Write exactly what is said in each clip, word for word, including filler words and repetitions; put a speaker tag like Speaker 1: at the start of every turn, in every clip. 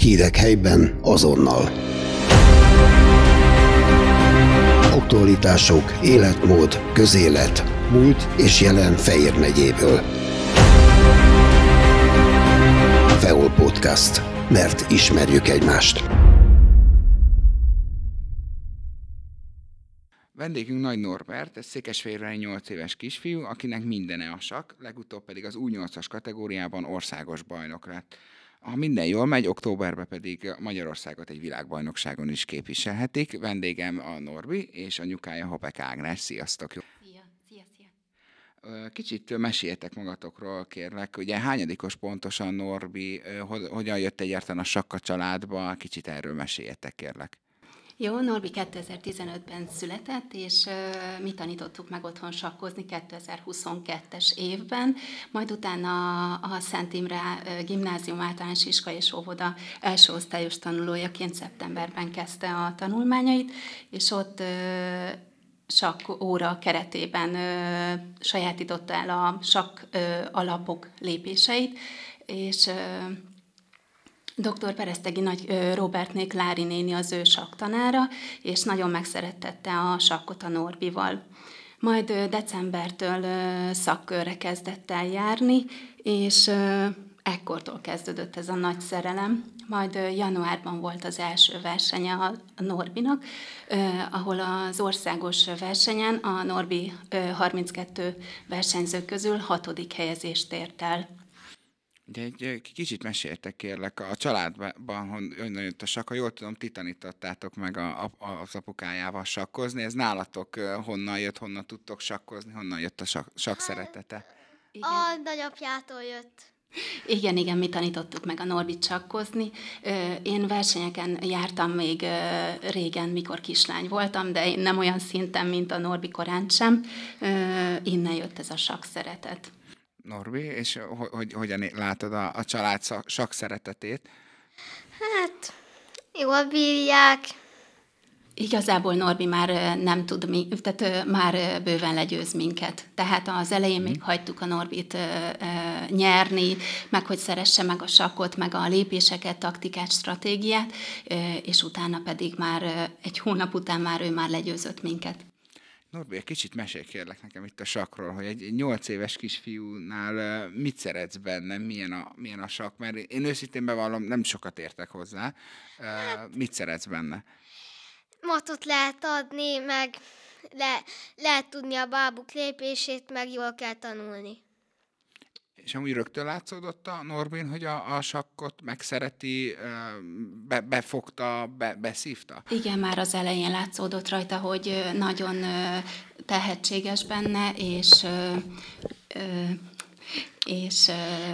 Speaker 1: Hírek helyben azonnal. Aktualitások, életmód, közélet, múlt és jelen Fejér megyéből. Feol Podcast, mert ismerjük egymást.
Speaker 2: Vendégünk Nagy Norbert, ez székesfehérvári nyolc éves kisfiú, akinek mindene a sakk, legutóbb pedig az U nyolcas kategóriában országos bajnok lett. Ha minden jól megy, októberben pedig Magyarországot egy világbajnokságon is képviselhetik. Vendégem a Norbi, és anyukája Hopek Ágnes. Sziasztok!
Speaker 3: Szia, szia, szia.
Speaker 2: Kicsit meséljetek magatokról, kérlek. Ugye hányadikos pontosan, Norbi? Hogyan jött egyáltalán a sakk a családba? Kicsit erről meséljetek, kérlek.
Speaker 3: Jó, Norbi kétezer-tizenötben született, és uh, mi tanítottuk meg otthon sakkozni kétezer-huszonkettes évben, majd utána a Szent Imre Gimnázium Általános Iskola és Óvoda első osztályos tanulójaként szeptemberben kezdte a tanulmányait, és ott uh, sakk óra keretében uh, sajátította el a sakk uh, alapok lépéseit, és uh, doktor Peresztegi Nagy Robertné Klári néni az ő sakktanára, és nagyon megszerettette a sakkot a Norbival. Majd decembertől szakkörre kezdett el járni, és ekkortól kezdődött ez a nagy szerelem. Majd januárban volt az első versenye a Norbinak, ahol az országos versenyen a Norbi harminckettő versenyző közül hatodik helyezést ért el.
Speaker 2: De egy kicsit meséltek, kérlek, a családban, honnan jött a sakk, ha jól tudom, ti tanítottátok meg a, a, az apukájával sakkozni, ez nálatok honnan jött, honnan tudtok sakkozni, honnan jött a sakk, sakk szeretete?
Speaker 4: Igen. A nagyapjától jött.
Speaker 3: Igen, igen, mi tanítottuk meg a Norbit sakkozni. Én versenyeken jártam még régen, mikor kislány voltam, de én nem olyan szinten, mint a Norbi korán sem. Innen jött ez a sakk szeretet.
Speaker 2: Norbi, és hogy, hogyan látod a, a család sakk szeretetét?
Speaker 4: Hát, jól bírják.
Speaker 3: Igazából Norbi már nem tud, tehát már bőven legyőz minket. Tehát az elején még hagytuk a Norbit nyerni, meg hogy szeresse meg a sakkot, meg a lépéseket, taktikát, stratégiát, és utána pedig már egy hónap után már ő már legyőzött minket.
Speaker 2: Norbi, egy kicsit mesélj kérlek nekem itt a sakkról, hogy egy nyolc éves kisfiúnál mit szeretsz benne, milyen a, milyen a sakk, mert én őszintén bevallom, nem sokat értek hozzá. Hát, mit szeretsz benne?
Speaker 4: Matot lehet adni, meg le, lehet tudni a bábuk lépését, meg jól kell tanulni.
Speaker 2: És amúgy rögtön látszódott a Norbin, hogy a, a sakkot megszereti, be, befogta, be, beszívta?
Speaker 3: Igen, már az elején látszódott rajta, hogy nagyon tehetséges benne, és, és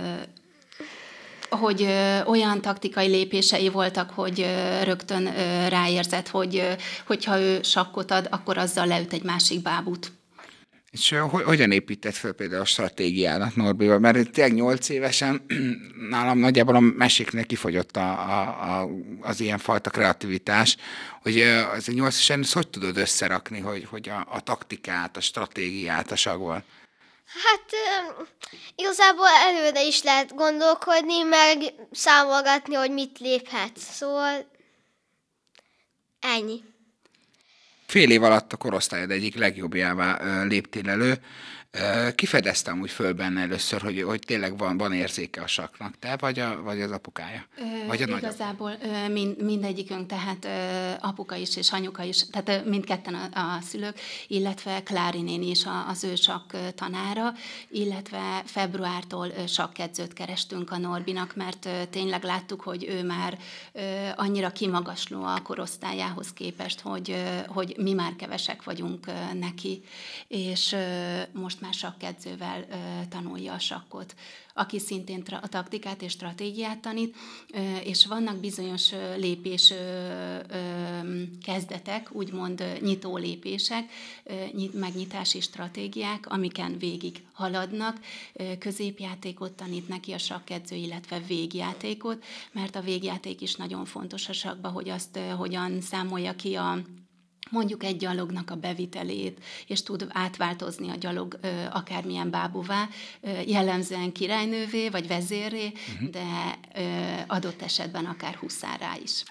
Speaker 3: hogy olyan taktikai lépései voltak, hogy rögtön ráérzett, hogy hogyha ő sakkot ad, akkor azzal leüt egy másik bábút.
Speaker 2: És hogyan épített fel például a stratégiának Norbival? Mert tényleg nyolc évesen nálam nagyjából a meséknek kifogyott a, a, a, az ilyenfajta kreativitás, hogy az nyolc évesen ezt hogy tudod összerakni, hogy, hogy a, a taktikát, a stratégiát a sakkból?
Speaker 4: Hát igazából előre is lehet gondolkodni, meg számolgatni, hogy mit léphet. Szóval ennyi.
Speaker 2: Fél év alatt a korosztályod egyik legjobbjává léptél elő. Kifedeztem úgy föl benne először, hogy, hogy tényleg van, van érzéke a sakknak. Te vagy, a, vagy az apukája? Vagy a
Speaker 3: Igazából mind, mindegyikünk, tehát apuka is és anyuka is, tehát mindketten a, a szülők, illetve Klári néni is az ő sakk tanára, illetve februártól sakkedzőt kerestünk a Norbinak, mert tényleg láttuk, hogy ő már annyira kimagasló a korosztályához képest, hogy, hogy mi már kevesek vagyunk neki, és most már sakkedzővel tanulja a sakkot, aki szintén a taktikát és stratégiát tanít, és vannak bizonyos lépés kezdetek, úgymond nyitó lépések, megnyitási stratégiák, amiken végig haladnak. Középjátékot tanít neki a sakkedző, illetve végjátékot, mert a végjáték is nagyon fontos a sakkba, hogy azt hogyan számolja ki a mondjuk egy gyalognak a bevitelét, és tud átváltozni a gyalog ö, akármilyen bábuvá, ö, jellemzően királynővé vagy vezérré, uh-huh. de ö, adott esetben akár huszárrá is.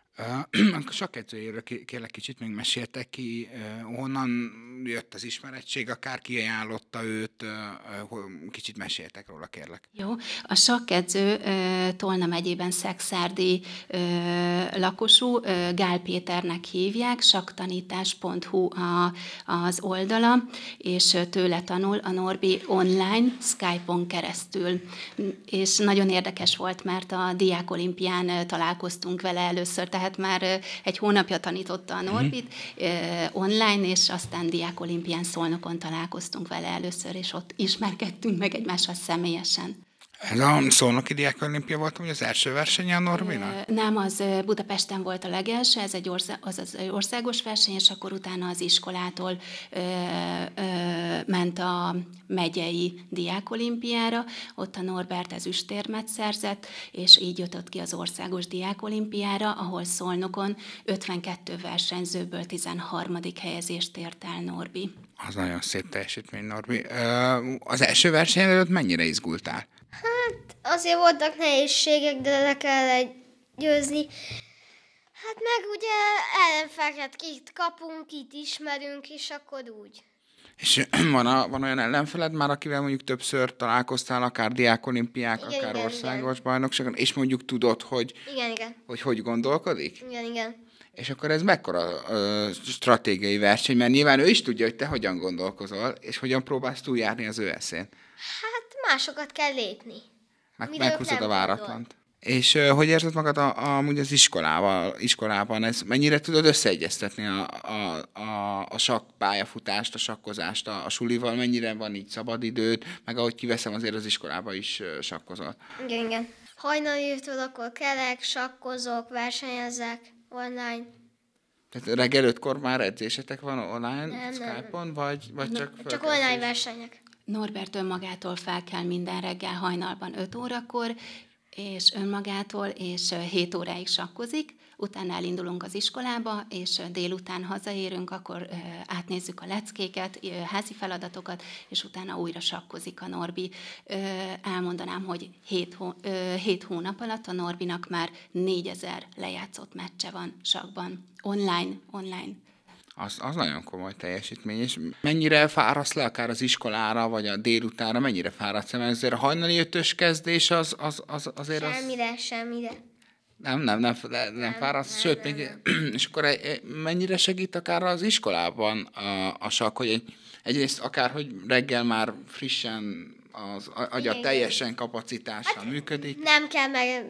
Speaker 2: Uh, a sakkedzőjéről kérlek kicsit még meséltek ki, uh, honnan jött az ismerettség, akár ki ajánlotta őt, uh, uh, kicsit meséltek róla, kérlek.
Speaker 3: Jó, a sakkedző uh, Tolna megyében szekszárdi uh, lakosú, uh, Gál Péternek hívják, sakktanítás pont hu a, az oldala, és tőle tanul a Norbi online, Skype-on keresztül. És nagyon érdekes volt, mert a Diák Olimpián találkoztunk vele először, tehát már egy hónapja tanította a Norbit uh-huh. online, és aztán Diák Olimpián Szolnokon találkoztunk vele először, és ott ismerkedtünk meg egymással személyesen.
Speaker 2: Ez a Szolnoki Diák Olimpia volt, hogy az első versenye a Norbinak?
Speaker 3: Nem, az Budapesten volt a legelső, ez egy ország, az, az országos verseny, és akkor utána az iskolától ö, ö, ment a megyei Diák Olimpiára, ott a Norbert ezüstérmet szerzett, és így jutott ki az országos Diák Olimpiára, ahol Szolnokon ötvenkettő versenyzőből tizenharmadik helyezést ért el Norbi.
Speaker 2: Az nagyon szép teljesítmény, Norbi. Az első verseny előtt mennyire izgultál?
Speaker 4: Hát azért voltak nehézségek, de le kellett győzni. Hát meg ugye ellenfeleket kit kapunk, kit ismerünk, és akkor úgy.
Speaker 2: És van, a, van olyan ellenfeled már, akivel mondjuk többször találkoztál, akár diákolimpiák,
Speaker 4: Igen,
Speaker 2: akár
Speaker 4: igen,
Speaker 2: országos
Speaker 4: igen.
Speaker 2: bajnokságon, és mondjuk tudod, hogy
Speaker 4: Igen, igen.
Speaker 2: hogy, hogy gondolkodik?
Speaker 4: Igen, igen.
Speaker 2: És akkor ez mekkora ö, stratégiai verseny, mert nyilván ő is tudja, hogy te hogyan gondolkozol, és hogyan próbálsz túljárni az ő eszén.
Speaker 4: Hát másokat kell lépni.
Speaker 2: Meg,
Speaker 4: Amiről
Speaker 2: meghúzod
Speaker 4: nem
Speaker 2: a váratlant. És uh, hogy érzed magad a, a, amúgy az iskolával, iskolában? Ez, mennyire tudod összeegyeztetni a, a, a, a sakk pályafutást, a sakkozást a, a sulival? Mennyire van így szabadidőd? Meg ahogy kiveszem, azért az iskolába is uh, sakkozol.
Speaker 4: Igen, igen. Hajnalírtól akkor kelek, sakkozok, versenyezek online.
Speaker 2: Tehát reggel ötkor már edzésetek van online,
Speaker 4: Nem,
Speaker 2: Skype-on,
Speaker 4: nem.
Speaker 2: vagy, vagy csak
Speaker 4: Csak
Speaker 2: fölkelsz
Speaker 4: online
Speaker 2: és-
Speaker 4: versenyek.
Speaker 3: Norbert önmagától fel kell minden reggel hajnalban öt órakor, és önmagától, és hét óráig sakkozik, utána elindulunk az iskolába, és délután hazaérünk, akkor ö, átnézzük a leckéket, ö, házi feladatokat, és utána újra sakkozik a Norbi. Ö, elmondanám, hogy hét, hó, ö, hét hónap alatt a Norbinak már négyezer lejátszott meccse van sakkban, online, online.
Speaker 2: Az, az nagyon komoly teljesítmény, és mennyire fáradsz le akár az iskolára, vagy a délutánra, mennyire fáradsz le, mert azért a hajnali ötös kezdés az, az, az azért az...
Speaker 4: Semmire, semmire.
Speaker 2: Nem, nem, nem, nem, nem fáradsz,
Speaker 4: nem,
Speaker 2: sőt,
Speaker 4: nem,
Speaker 2: még, és akkor egy- mennyire segít akár az iskolában a, a sakk, hogy egy, egyrészt akár, hogy reggel már frissen az a- agya
Speaker 4: Igen,
Speaker 2: teljesen kapacitással működik.
Speaker 4: Nem kell meg...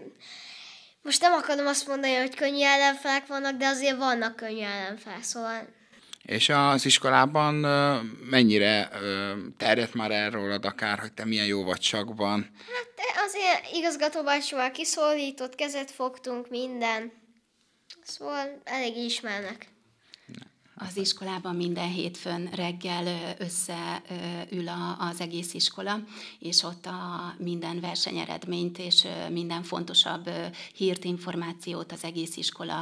Speaker 4: Most nem akarom azt mondani, hogy könnyű ellenfelek vannak, de azért vannak könnyű ellenfelek, szóval...
Speaker 2: És az iskolában ö, mennyire ö, terjedt már el rólad akár, hogy te milyen jó vagy sakkban?
Speaker 4: De azért igazgatóbácsival kiszólított, kezet fogtunk, minden. Szóval elég ismernek.
Speaker 3: Az iskolában minden hétfőn reggel ö, összeül a- az egész iskola, és ott a minden versenyeredményt és ö, minden fontosabb ö, hírt, információt az egész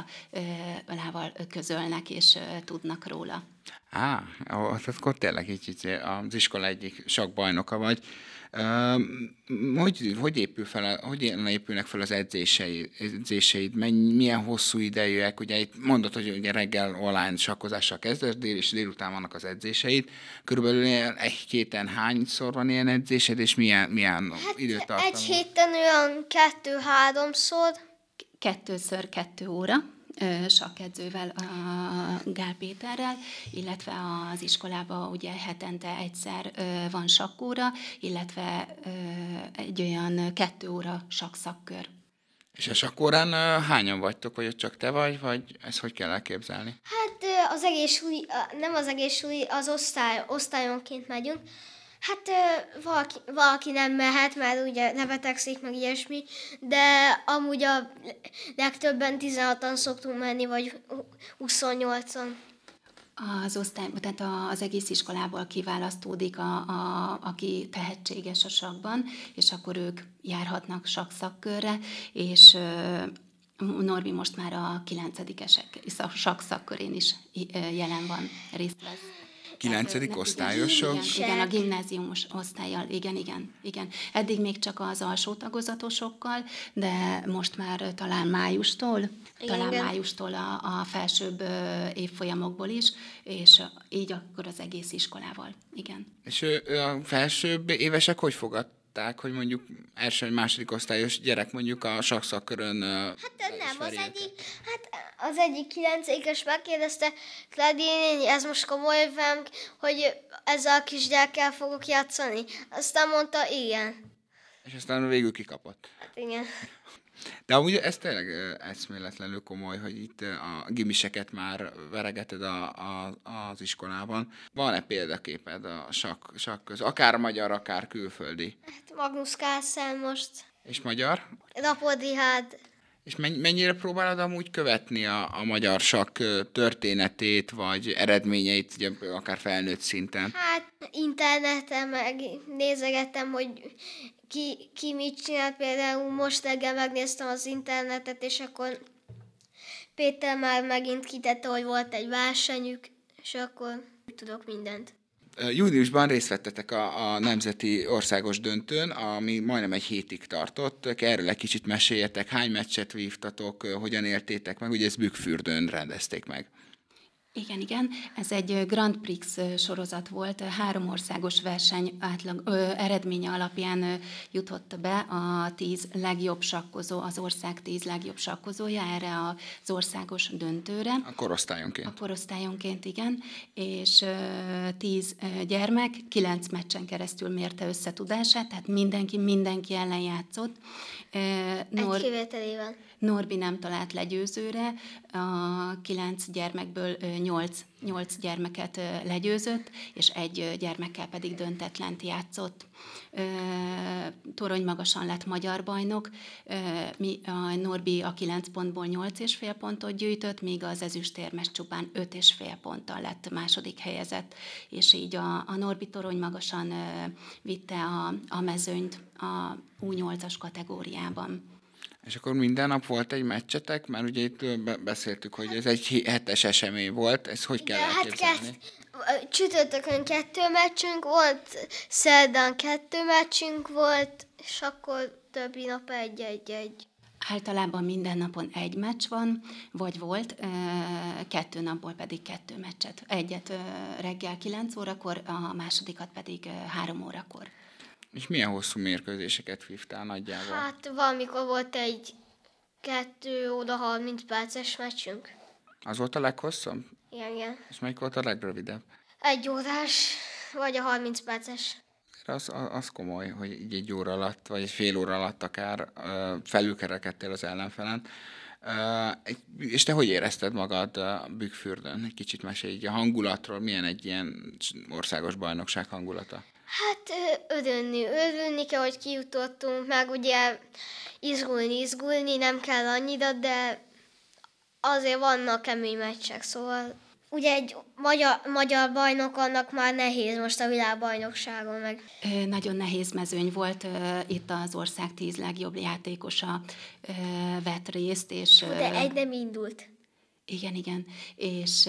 Speaker 3: iskolával közölnek, és ö, tudnak róla.
Speaker 2: Á, ó, tehát akkor tényleg így, így az iskola egyik sakkbajnoka vagy. Üm, hogy, hogy, épül fel, hogy épülnek fel az edzéseid? edzéseid? Mennyi, milyen hosszú idejűek? Ugye itt mondod, hogy ugye reggel online sakkozással kezdesz, dél és délután vannak az edzéseid. Körülbelül ilyen egy héten hányszor van ilyen edzésed, és milyen, milyen
Speaker 4: Hát
Speaker 2: időtartam?
Speaker 4: egy héten olyan kettő-háromszor.
Speaker 3: Kettőször kettő óra ö, sakkedzővel, a Gál Péterrel, illetve az iskolában ugye hetente egyszer ö, van sakkóra, illetve ö, egy olyan kettő óra sakkszakkör.
Speaker 2: És a sakkórán ö, hányan vagytok, vagy ott csak te vagy, vagy ezt hogy kell elképzelni?
Speaker 4: Hát ö, az egész suli, a- nem az egész suli, az osztály, osztályonként megyünk. Hát ö, valaki, valaki nem mehet, mert ugye nevetegszik, meg ilyesmi, de amúgy a legtöbben tizenhatan szoktunk menni, vagy huszonnyolcan.
Speaker 3: Az osztály, tehát az egész iskolából kiválasztódik, a, a, aki tehetséges a sakkban, és akkor ők járhatnak sakkszakkörre, és ö, Norbi most már a kilencedikesek sakszakörén is jelen van, részt vesz.
Speaker 2: Kilencedik osztályosok?
Speaker 3: Igen, igen, a gimnáziumos osztályjal, igen, igen, igen. Eddig még csak az alsó tagozatosokkal, de most már talán májustól, igen, talán igen. májustól a, a felsőbb évfolyamokból is, és így akkor az egész iskolával, igen.
Speaker 2: És a felsőbb évesek hogy fogadták, hogy mondjuk első vagy második osztályos gyerek mondjuk a sakszakkörön
Speaker 4: Hát nem, az egyik, hát az egyik kilencedikes megkérdezte, Kladi néni, ez most komoly velem, hogy ezzel a kisgyerekkel fogok játszani? Aztán mondta, igen.
Speaker 2: És aztán végül kikapott.
Speaker 4: Hát igen.
Speaker 2: De amúgy ez tényleg eszméletlenül komoly, hogy itt a gimiseket már veregeted a, a, az iskolában. Van-e példaképed a sakk, sakk köz? Akár magyar, akár külföldi?
Speaker 4: Hát Magnus Carlsen most.
Speaker 2: És magyar?
Speaker 4: Rapodihád.
Speaker 2: És mennyire próbálod amúgy követni a, a magyar sakk történetét, vagy eredményeit, ugye, akár felnőtt szinten?
Speaker 4: Hát interneten meg nézegettem, hogy ki, ki mit csinál. Például most reggel megnéztem az internetet, és akkor Péter már megint kitette, hogy volt egy versenyük, és akkor tudok mindent.
Speaker 2: Júniusban részt vettetek a, a nemzeti országos döntőn, ami majdnem egy hétig tartott. Erről egy kicsit meséljetek, hány meccset vívtatok, hogyan éltétek meg, ugye ezt Bükkfürdőn rendezték meg.
Speaker 3: Igen, igen. Ez egy Grand Prix sorozat volt, három országos verseny átlag, ö, eredménye alapján ö, jutott be a tíz legjobb sakkozó, az ország tíz legjobb sakkozója erre az országos döntőre.
Speaker 2: A korosztályonként. A
Speaker 3: korosztályonként, igen. És ö, tíz ö, gyermek, kilenc meccsen keresztül mérte össze tudását, tehát mindenki, mindenki ellen játszott.
Speaker 4: Ö, Nor- egy kivételével.
Speaker 3: Norbi nem talált legyőzőre, a kilenc gyermekből nyolc, nyolc gyermeket legyőzött, és egy gyermekkel pedig döntetlent játszott. Torony magasan lett magyar bajnok, mi, a Norbi a kilenc pontból nyolc és fél pontot gyűjtött, míg az ezüstérmes csupán öt és fél ponttal lett második helyezett, és így a, a Norbi torony magasan vitte a, a mezőnyt a U nyolcas kategóriában.
Speaker 2: És akkor minden nap volt egy meccsetek? Mert ugye itt beszéltük, hogy ez egy hetes esemény volt, ez hogy kell elképzelni?
Speaker 4: Hát csütörtökön kettő meccsünk volt, szerdán kettő meccsünk volt, és akkor többi nap egy-egy-egy.
Speaker 3: Általában minden napon egy meccs van, vagy volt, kettő napból pedig kettő meccset. Egyet reggel kilenc órakor, a másodikat pedig három órakor.
Speaker 2: És milyen hosszú mérkőzéseket vívtál nagyjából?
Speaker 4: Hát valamikor volt egy kettő óra harminc perces meccsünk.
Speaker 2: Az volt a leghosszabb?
Speaker 4: Igen, igen.
Speaker 2: És melyik volt a legrövidebb?
Speaker 4: Egy órás, vagy a harminc perces.
Speaker 2: Az, az komoly, hogy így egy óra alatt, vagy egy fél óra alatt akár felülkerekedtél az ellenfelen. És te hogy érezted magad a Bükkfürdőn? Egy kicsit mesélj így a hangulatról, milyen egy ilyen országos bajnokság hangulata?
Speaker 4: Hát örülni, örülni kell, hogy kijutottunk, meg ugye izgulni, izgulni nem kell annyira, de azért vannak kemény meccsek, szóval ugye egy magyar, magyar bajnok, annak már nehéz most a világbajnokságon meg.
Speaker 3: Nagyon nehéz mezőny volt, itt az ország tíz legjobb játékosa vett részt, és...
Speaker 4: De egy nem indult.
Speaker 3: Igen, igen, és...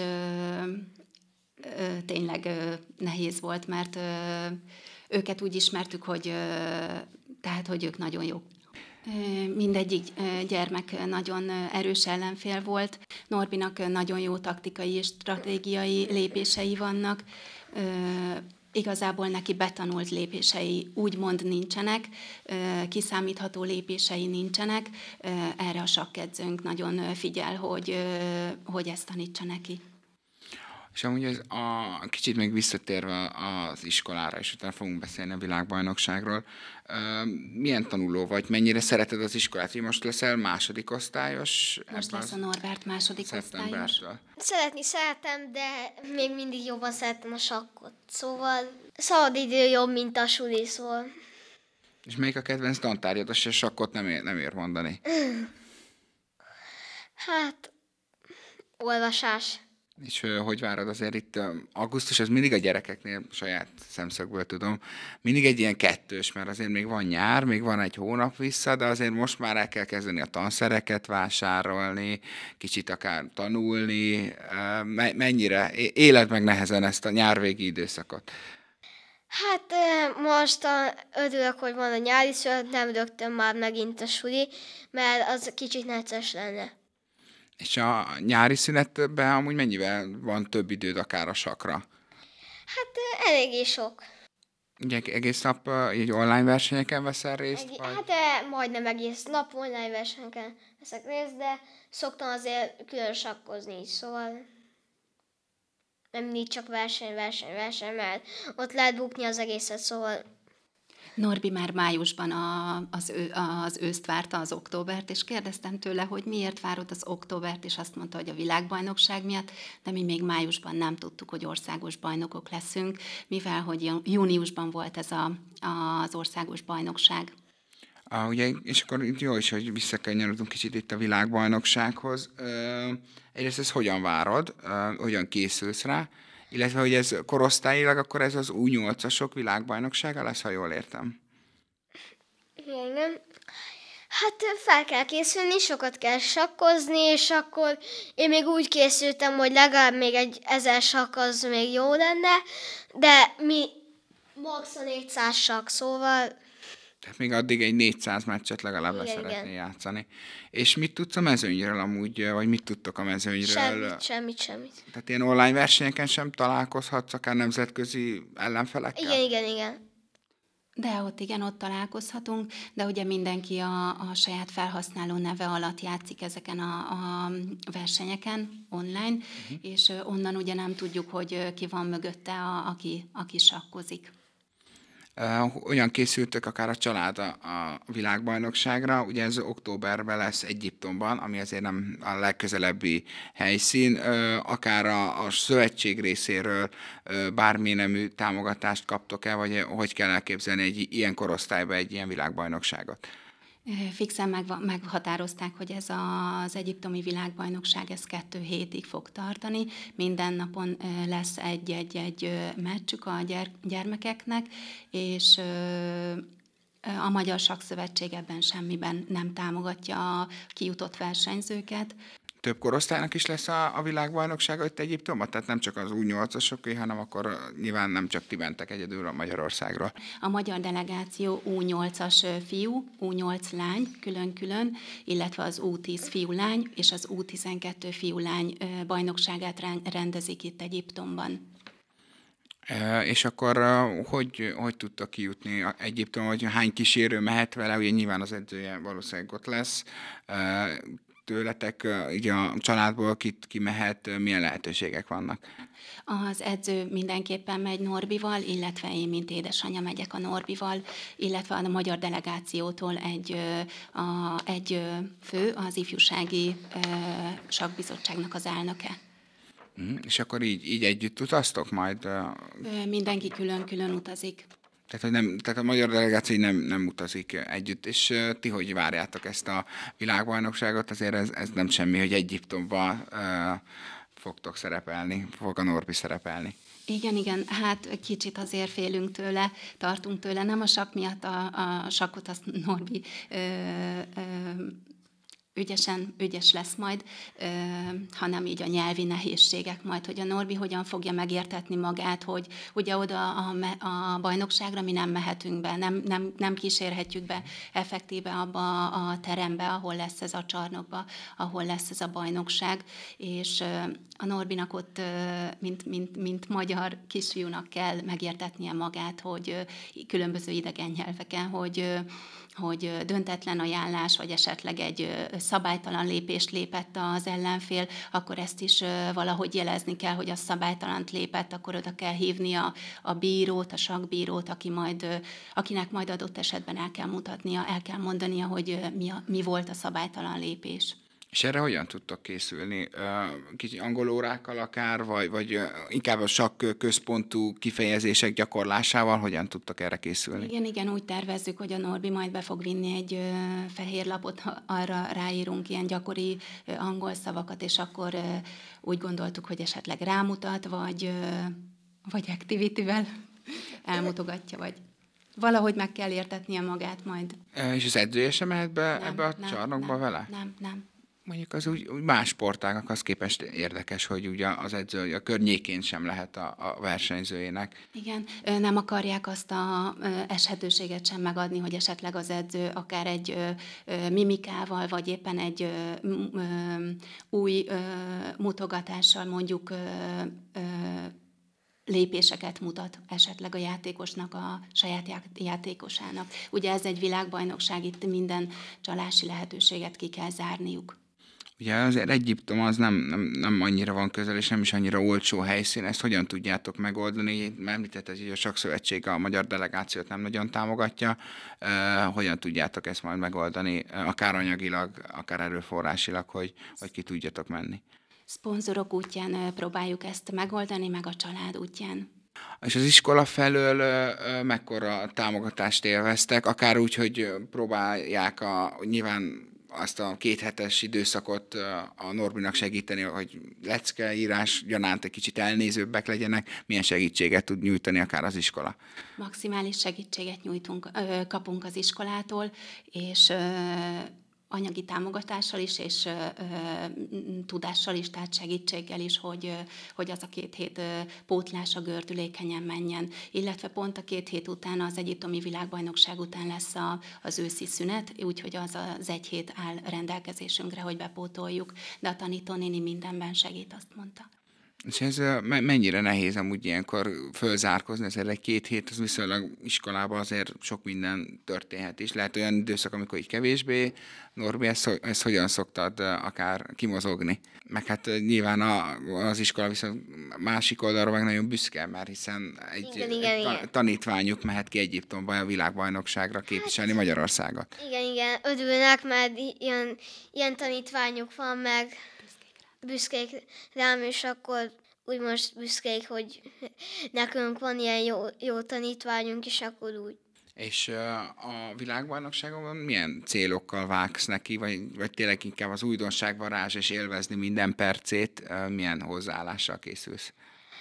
Speaker 3: tényleg nehéz volt, mert őket úgy ismertük, hogy, tehát, hogy ők nagyon jók. Mindegyik gyermek nagyon erős ellenfél volt. Norbinak nagyon jó taktikai és stratégiai lépései vannak. Igazából neki betanult lépései úgymond nincsenek, kiszámítható lépései nincsenek. Erre a sakkedzőnk nagyon figyel, hogy, hogy ezt tanítsa neki.
Speaker 2: És amúgy ez a, kicsit még visszatérve az iskolára, és utána fogunk beszélni a világbajnokságról. Milyen tanuló vagy? Mennyire szereted az iskolát? Most leszel második osztályos?
Speaker 3: Most lesz a Norbert második osztályos.
Speaker 4: Szeretni szeretem, de még mindig jobban szeretem a sakkot. Szóval szabadidő jobb, mint a suli, szóval.
Speaker 2: És melyik a kedvenc tantárgyad? A sakkot nem ér, nem ér mondani.
Speaker 4: Hát, olvasás.
Speaker 2: És ö, hogy várod azért itt, ö, augusztus, az mindig a gyerekeknél, saját szemszögből tudom, mindig egy ilyen kettős, mert azért még van nyár, még van egy hónap vissza, de azért most már el kell kezdeni a tanszereket vásárolni, kicsit akár tanulni, ö, me- mennyire é- éled meg nehezen ezt a nyárvégi időszakot?
Speaker 4: Hát ö, most a, örülök, hogy van a nyári szünet, nem rögtön már megint a suli, mert az kicsit necces lenne.
Speaker 2: És a nyári szünetben amúgy mennyivel van több időd akár a sakra?
Speaker 4: Hát ö, eléggé sok.
Speaker 2: Ugye egész nap ö, így online versenyeken veszel részt?
Speaker 4: Egy,
Speaker 2: Vagy?
Speaker 4: hát ö, majdnem egész nap online versenyeken veszek részt, de szoktam azért külön sakkozni is, szóval nem mindig csak verseny, verseny, verseny, mert ott lehet bukni az egészet, szóval
Speaker 3: Norbi már májusban a, az, ő, az őszt várta, az októbert, és kérdeztem tőle, hogy miért várod az októbert, és azt mondta, hogy a világbajnokság miatt, de mi még májusban nem tudtuk, hogy országos bajnokok leszünk, mivel hogy júniusban volt ez a, az országos bajnokság.
Speaker 2: Ah, ugye, és akkor itt jó is, hogy visszakanyarodunk kicsit itt a világbajnoksághoz. Ö, egyrészt ezt hogyan várod, ö, hogyan készülsz rá, illetve hogy ez korosztályilag, akkor ez az U nyolcasok világbajnoksága lesz, ha jól értem.
Speaker 4: igen. Hát ö, fel kell készülni, sokat kell sakkozni, és akkor én még úgy készültem, hogy legalább még egy ezer sakk az még jó lenne, de mi max a négyszáz sakk, szóval
Speaker 2: Tehát még addig egy négyszáz meccset legalább le
Speaker 4: Igen,
Speaker 2: szeretnél
Speaker 4: igen.
Speaker 2: játszani. És mit tudsz a mezőnyről amúgy, vagy mit tudtok a mezőnyről?
Speaker 4: semmit, semmit, semmit.
Speaker 2: Tehát ilyen online versenyeken sem találkozhatsz, akár nemzetközi ellenfelekkel?
Speaker 4: Igen, igen, igen.
Speaker 3: De ott igen, ott találkozhatunk, de ugye mindenki a, a saját felhasználó neve alatt játszik ezeken a, a versenyeken online, uh-huh. és ö, onnan ugye nem tudjuk, hogy ö, ki van mögötte, a, aki, aki sakkozik.
Speaker 2: Uh, olyan készültök akár a család a, a világbajnokságra, ugye ez októberben lesz Egyiptomban, ami azért nem a legközelebbi helyszín, uh, akár a, a szövetség részéről uh, bármi nemű támogatást kaptok-e, vagy hogy kell elképzelni egy ilyen korosztályban egy ilyen világbajnokságot?
Speaker 3: Fixen meg, meghatározták, hogy ez az egyiptomi világbajnokság ez kettő hétig fog tartani. Minden napon ö, lesz egy-egy meccsük a gyere, gyermekeknek, és ö, a Magyar Sakkszövetség ebben semmiben nem támogatja a kijutott versenyzőket.
Speaker 2: Több korosztálynak is lesz a, a világbajnoksága itt Egyiptomban? Tehát nem csak az U nyolcasoké, hanem akkor nyilván nem csak ti mentek egyedül a Magyarországról.
Speaker 3: A magyar delegáció U nyolcas fiú, U nyolc lány külön-külön, illetve az U tíz fiú-lány és az U tizenkettő fiú-lány bajnokságát rendezik itt Egyiptomban.
Speaker 2: E, és akkor uh, hogy, hogy tudtak kijutni Egyiptom, hogy hány kísérő mehet vele, ugye nyilván az edzője valószínűleg ott lesz, uh, tőletek, így a családból ki, ki mehet, milyen lehetőségek vannak?
Speaker 3: Az edző mindenképpen megy Norbival, illetve én, mint édesanyja megyek a Norbival, illetve a magyar delegációtól egy, a, egy fő, az ifjúsági sakkbizottságnak az elnöke.
Speaker 2: Mm, és akkor így, így együtt utaztok majd?
Speaker 3: Mindenki külön-külön utazik.
Speaker 2: Tehát, hogy nem, tehát a magyar delegáció nem, nem utazik együtt, és uh, ti hogy várjátok ezt a világbajnokságot? Azért ez, ez nem semmi, hogy Egyiptomban uh, fogtok szerepelni, fog a Norbi szerepelni.
Speaker 3: Igen, igen, hát kicsit azért félünk tőle, tartunk tőle, nem a sakk miatt, a, a sakkot azt Norbi ö, ö, ügyesen, ügyes lesz majd, ö, hanem így a nyelvi nehézségek majd, hogy a Norbi hogyan fogja megértetni magát, hogy ugye oda a, a bajnokságra mi nem mehetünk be, nem, nem, nem kísérhetjük be effektíve abba a terembe, ahol lesz ez a csarnokba, ahol lesz ez a bajnokság, és ö, a Norbinak ott, ö, mint, mint, mint magyar kisfiúnak kell megértetnie magát, hogy ö, különböző idegen nyelveken, hogy ö, hogy döntetlen ajánlás, vagy esetleg egy szabálytalan lépést lépett az ellenfél, akkor ezt is valahogy jelezni kell, hogy a szabálytalant lépett, akkor oda kell hívni a, a bírót, a sakkbírót, aki majd, akinek majd adott esetben el kell mutatnia, el kell mondania, hogy mi, a, mi volt a szabálytalan lépés.
Speaker 2: És erre hogyan tudtok készülni? Kicsi angolórákkal akár, vagy, vagy inkább a sakk központú kifejezések gyakorlásával hogyan tudtok erre készülni?
Speaker 3: Igen, igen, úgy tervezzük, hogy a Norbi majd be fog vinni egy ö, fehér lapot, arra ráírunk ilyen gyakori ö, angol szavakat, és akkor ö, úgy gondoltuk, hogy esetleg rámutat, vagy, ö, vagy activity-vel elmutogatja, vagy valahogy meg kell értetnie magát majd.
Speaker 2: És az edzője sem mehet be
Speaker 3: Nem,
Speaker 2: ebbe a
Speaker 3: nem,
Speaker 2: csarnokba
Speaker 3: nem,
Speaker 2: vele?
Speaker 3: Nem, nem.
Speaker 2: Mondjuk az úgy, úgy más sportágakhoz képest érdekes, hogy ugye az edző a környékén sem lehet a, a versenyzőjének.
Speaker 3: Igen, ö, nem akarják azt a ö, eshetőséget sem megadni, hogy esetleg az edző akár egy ö, ö, mimikával, vagy éppen egy ö, m- ö, új ö, mutogatással mondjuk ö, ö, lépéseket mutat esetleg a játékosnak, a saját já- játékosának. Ugye ez egy világbajnokság, itt minden csalási lehetőséget ki kell zárniuk.
Speaker 2: Ugye azért Egyiptom az nem, nem, nem annyira van közel, és nem is annyira olcsó helyszín. Ezt hogyan tudjátok megoldani? Említetted, hogy a Sakkszövetség a magyar delegációt nem nagyon támogatja. Uh, hogyan tudjátok ezt majd megoldani, akár anyagilag, akár erőforrásilag, hogy, hogy ki tudjatok menni?
Speaker 3: Szponzorok útján ö, próbáljuk ezt megoldani, meg a család útján.
Speaker 2: És az iskola felől ö, ö, mekkora támogatást élveztek, akár úgy, hogy ö, próbálják a, nyilván azt a kéthetes időszakot ö, a Norbinak segíteni, hogy leckeírás gyanánt egy kicsit elnézőbbek legyenek, milyen segítséget tud nyújtani akár az iskola?
Speaker 3: Maximális segítséget nyújtunk, ö, kapunk az iskolától, és ö, anyagi támogatással is, és ö, ö, tudással is, tehát segítséggel is, hogy, ö, hogy az a két hét ö, pótlás a gördülékenyen menjen. Illetve pont a két hét után, az egyiptomi világbajnokság után lesz a, az őszi szünet, úgyhogy az az egy hét áll rendelkezésünkre, hogy bepótoljuk. De a tanítónéni mindenben segít, azt mondta.
Speaker 2: És ez ö, me- mennyire nehéz amúgy ilyenkor fölzárkozni, ezért egy két hét, az viszonylag iskolában azért sok minden történhet is. Lehet olyan időszak, amikor így kevésbé. Norbi, ezt, ho- ezt hogyan szoktad ö, akár kimozogni? Meg hát ö, nyilván a, az iskola viszont másik oldalról meg nagyon büszke, mert hiszen egy,
Speaker 4: Igen, igen,
Speaker 2: egy ta-
Speaker 4: igen.
Speaker 2: tanítványuk mehet ki Egyiptomba a világbajnokságra képviselni Magyarországot.
Speaker 4: Igen, igen, örülnek, mert i- ilyen, ilyen tanítványuk van, meg büszkék rám, és akkor úgy most büszkék, hogy nekünk van ilyen jó, jó tanítványunk, és akkor úgy.
Speaker 2: És ö, a világbajnokságon milyen célokkal vágsz neki, vagy, vagy tényleg inkább az újdonság varázs és élvezni minden percét, ö, milyen hozzáállással készülsz?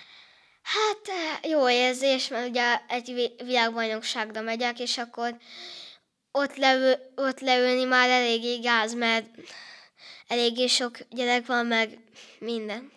Speaker 4: Hát eh, jó érzés, mert ugye egy vi- világbajnokságra megyek, és akkor ott, levő, ott leülni már eléggé gáz, mert eléggé sok gyerek van, meg minden.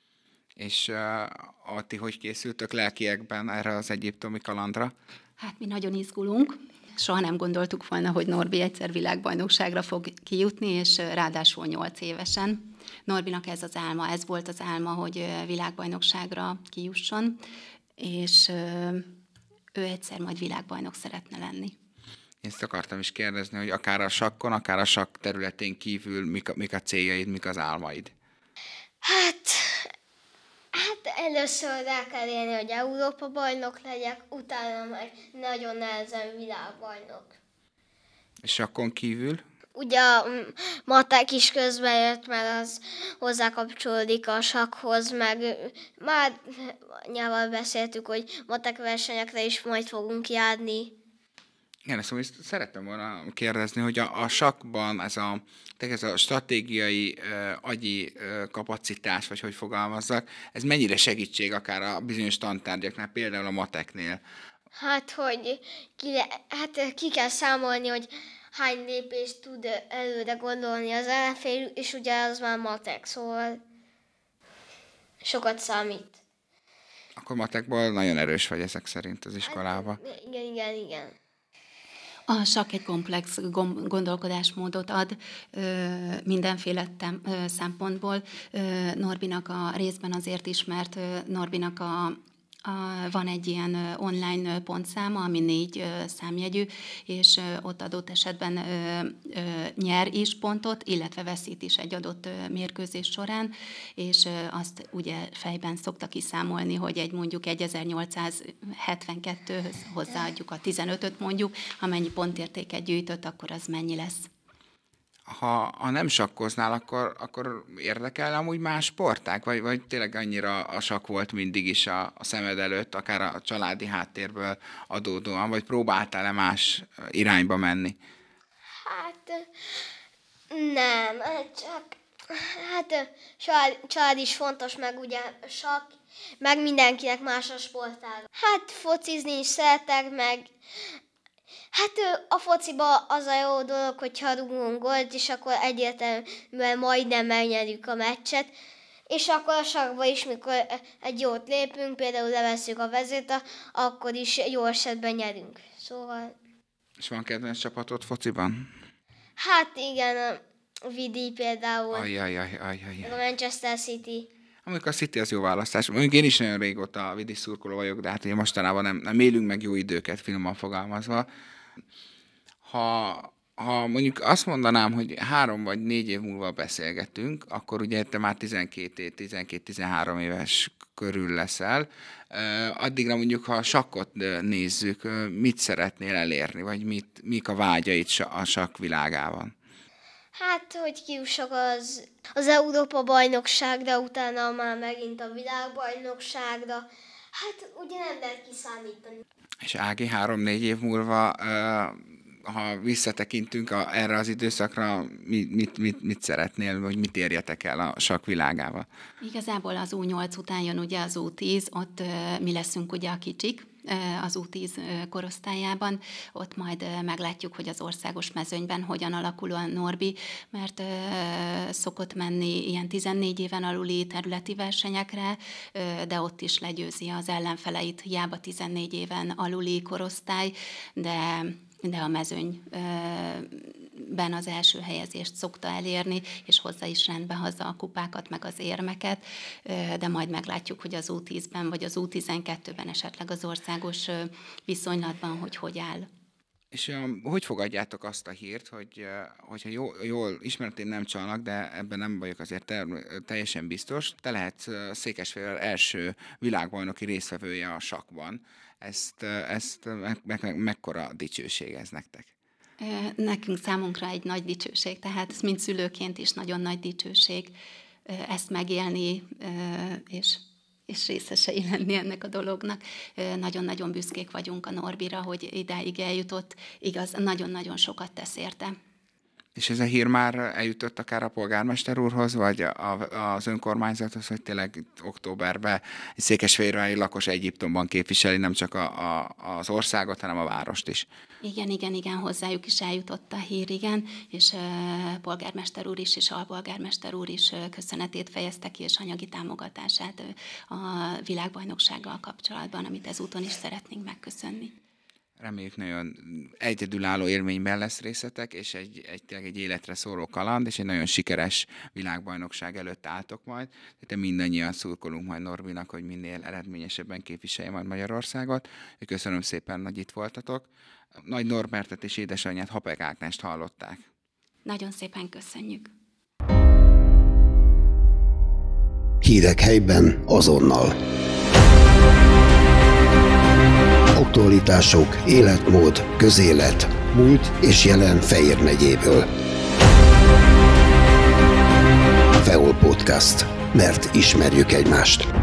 Speaker 2: És ö, a ti hogy készültök lelkiekben erre az egyiptomi kalandra?
Speaker 3: Hát mi nagyon izgulunk. Soha nem gondoltuk volna, hogy Norbi egyszer világbajnokságra fog kijutni, és ö, ráadásul nyolc évesen. Norbinak ez az álma, ez volt az álma, hogy ö, világbajnokságra kijusson, és ö, ő egyszer majd világbajnok szeretne lenni.
Speaker 2: Ezt akartam is kérdezni, hogy akár a sakkon, akár a sakk területén kívül mik a, mik a céljaid, mik az álmaid?
Speaker 4: Hát, hát először el kell élni, hogy Európa bajnok legyek, utána majd nagyon nehezen világbajnok.
Speaker 2: És sakkon kívül?
Speaker 4: Ugye a mm, matek is közben jött, mert az hozzákapcsolódik a sakkhoz, meg ö, már nyilván beszéltük, hogy matek versenyekre is majd fogunk járni.
Speaker 2: Igen, ezt szóval szerettem volna kérdezni, hogy a, a sakkban ez a, ez a stratégiai uh, agyi uh, kapacitás, vagy hogy fogalmazzak, ez mennyire segítség akár a bizonyos tantárgyaknál, például a mateknél?
Speaker 4: Hát, hogy ki, le, hát ki kell számolni, hogy hány lépést tud előre gondolni az ellenfél, és ugye az már matek, szóval sokat számít.
Speaker 2: Akkor matekból nagyon erős vagy ezek szerint az iskolában.
Speaker 4: Hát, igen, igen, igen.
Speaker 3: A sakk egy komplex gom- gondolkodásmódot ad ö, mindenféle tem- ö, szempontból. Ö, Norbinak a részben azért is, mert ö, Norbinak a A, van egy ilyen ö, online ö, pontszáma, ami négy ö, számjegyű, és ö, ott adott esetben ö, ö, nyer is pontot, illetve veszít is egy adott ö, mérkőzés során, és ö, azt ugye fejben szokta kiszámolni, hogy egy mondjuk egy ezernyolcszázhetvenkettőhöz hozzáadjuk a tizenötöt mondjuk, amennyi pontértéket gyűjtött, akkor az mennyi lesz.
Speaker 2: ha, ha nem sakkoznál, akkor, akkor érdekel amúgy más sporták? Vagy, vagy tényleg annyira a sakk volt mindig is a, a szemed előtt, akár a családi háttérből adódóan, vagy próbáltál-e más irányba menni?
Speaker 4: Hát nem, csak hát család, család is fontos, meg ugye sakk, meg mindenkinek más a sportág. Hát focizni is szeretek, meg hát a fociba az a jó dolog, hogyha rúgunk gólt, és akkor egyértelműen majdnem megnyerjük a meccset, és akkor a sakkba is, mikor egy jót lépünk, például levesszük a vezét, akkor is jó esetben nyerünk. Szóval...
Speaker 2: És van kedvenc csapatod fociban?
Speaker 4: Hát igen, a Vidi például,
Speaker 2: Ajjajjaj, ajjajjaj.
Speaker 4: a Manchester City.
Speaker 2: Amikor a City az jó választás. Mondjuk én is nagyon régóta a Vidi szurkoló vagyok, de hát ugye mostanában nem, nem élünk meg jó időket, finoman fogalmazva. Ha, ha mondjuk azt mondanám, hogy három vagy négy év múlva beszélgetünk, akkor ugye te már tizenkét-tizenhárom éves körül leszel. Addigra mondjuk, ha a sakkot nézzük, mit szeretnél elérni, vagy mit, mik a vágyaid a sakk világában?
Speaker 4: Hát, hogy kijussak az, az Európa-bajnokságra, utána már megint a világbajnokságra. Hát ugye nem lehet kiszámítani.
Speaker 2: És Ági, három-négy év múlva, ha visszatekintünk a, erre az időszakra, mit, mit, mit, mit szeretnél, vagy mit érjetek el a sakk világával?
Speaker 3: Igazából az U nyolc után jön ugye az U tíz, ott mi leszünk ugye a kicsik, az U tíz korosztályában, ott majd meglátjuk, hogy az országos mezőnyben hogyan alakul a Norbi, mert szokott menni ilyen tizennégy éven aluli területi versenyekre, de ott is legyőzi az ellenfeleit, hiába tizennégy éven aluli korosztály, de de a mezőnyben az első helyezést szokta elérni, és hozza is rendbe haza a kupákat, meg az érmeket, de majd meglátjuk, hogy az U tízben vagy az U tizenkettőben esetleg az országos viszonylatban, hogy hogy áll.
Speaker 2: És um, hogy fogadjátok azt a hírt, hogy hogyha jól, jól ismeretén nem csalnak, de ebben nem vagyok azért te, teljesen biztos, te lehetsz Székesfehérvár első világbajnoki résztvevője a sakkban. Ezt, ezt meg, meg, mekkora dicsőség ez nektek?
Speaker 3: Nekünk számunkra egy nagy dicsőség, tehát mint szülőként is nagyon nagy dicsőség ezt megélni, és, és részesei lenni ennek a dolognak. Nagyon-nagyon büszkék vagyunk a Norbira, hogy idáig eljutott, igaz, nagyon-nagyon sokat tesz érte.
Speaker 2: És ez a hír már eljutott akár a polgármester úrhoz, vagy a, az önkormányzathoz, hogy tényleg októberben egy székesfehérvári lakos Egyiptomban képviseli nem csak a, a, az országot, hanem a várost is.
Speaker 3: Igen, igen, igen, hozzájuk is eljutott a hír, igen, és uh, polgármester úr is, és alpolgármester úr is uh, köszönetét fejezte ki, és anyagi támogatását uh, a világbajnoksággal kapcsolatban, amit ezúton is szeretnénk megköszönni.
Speaker 2: Reméljük nagyon egyedülálló élményben lesz részletek, és egy, egy, tényleg egy életre szóló kaland, és egy nagyon sikeres világbajnokság előtt álltok majd. Tehát mindannyian szurkolunk majd Norbinak, hogy minél eredményesebben képviselje majd Magyarországot. Köszönöm szépen, hogy itt voltatok. Nagy Norbertet és édesanyját, Hapek Ágnest hallották.
Speaker 3: Nagyon szépen köszönjük.
Speaker 1: Hírek helyben azonnal. Aktualitások, életmód, közélet, múlt és jelen Fejér megyéből. Feol Podcast, mert ismerjük egymást.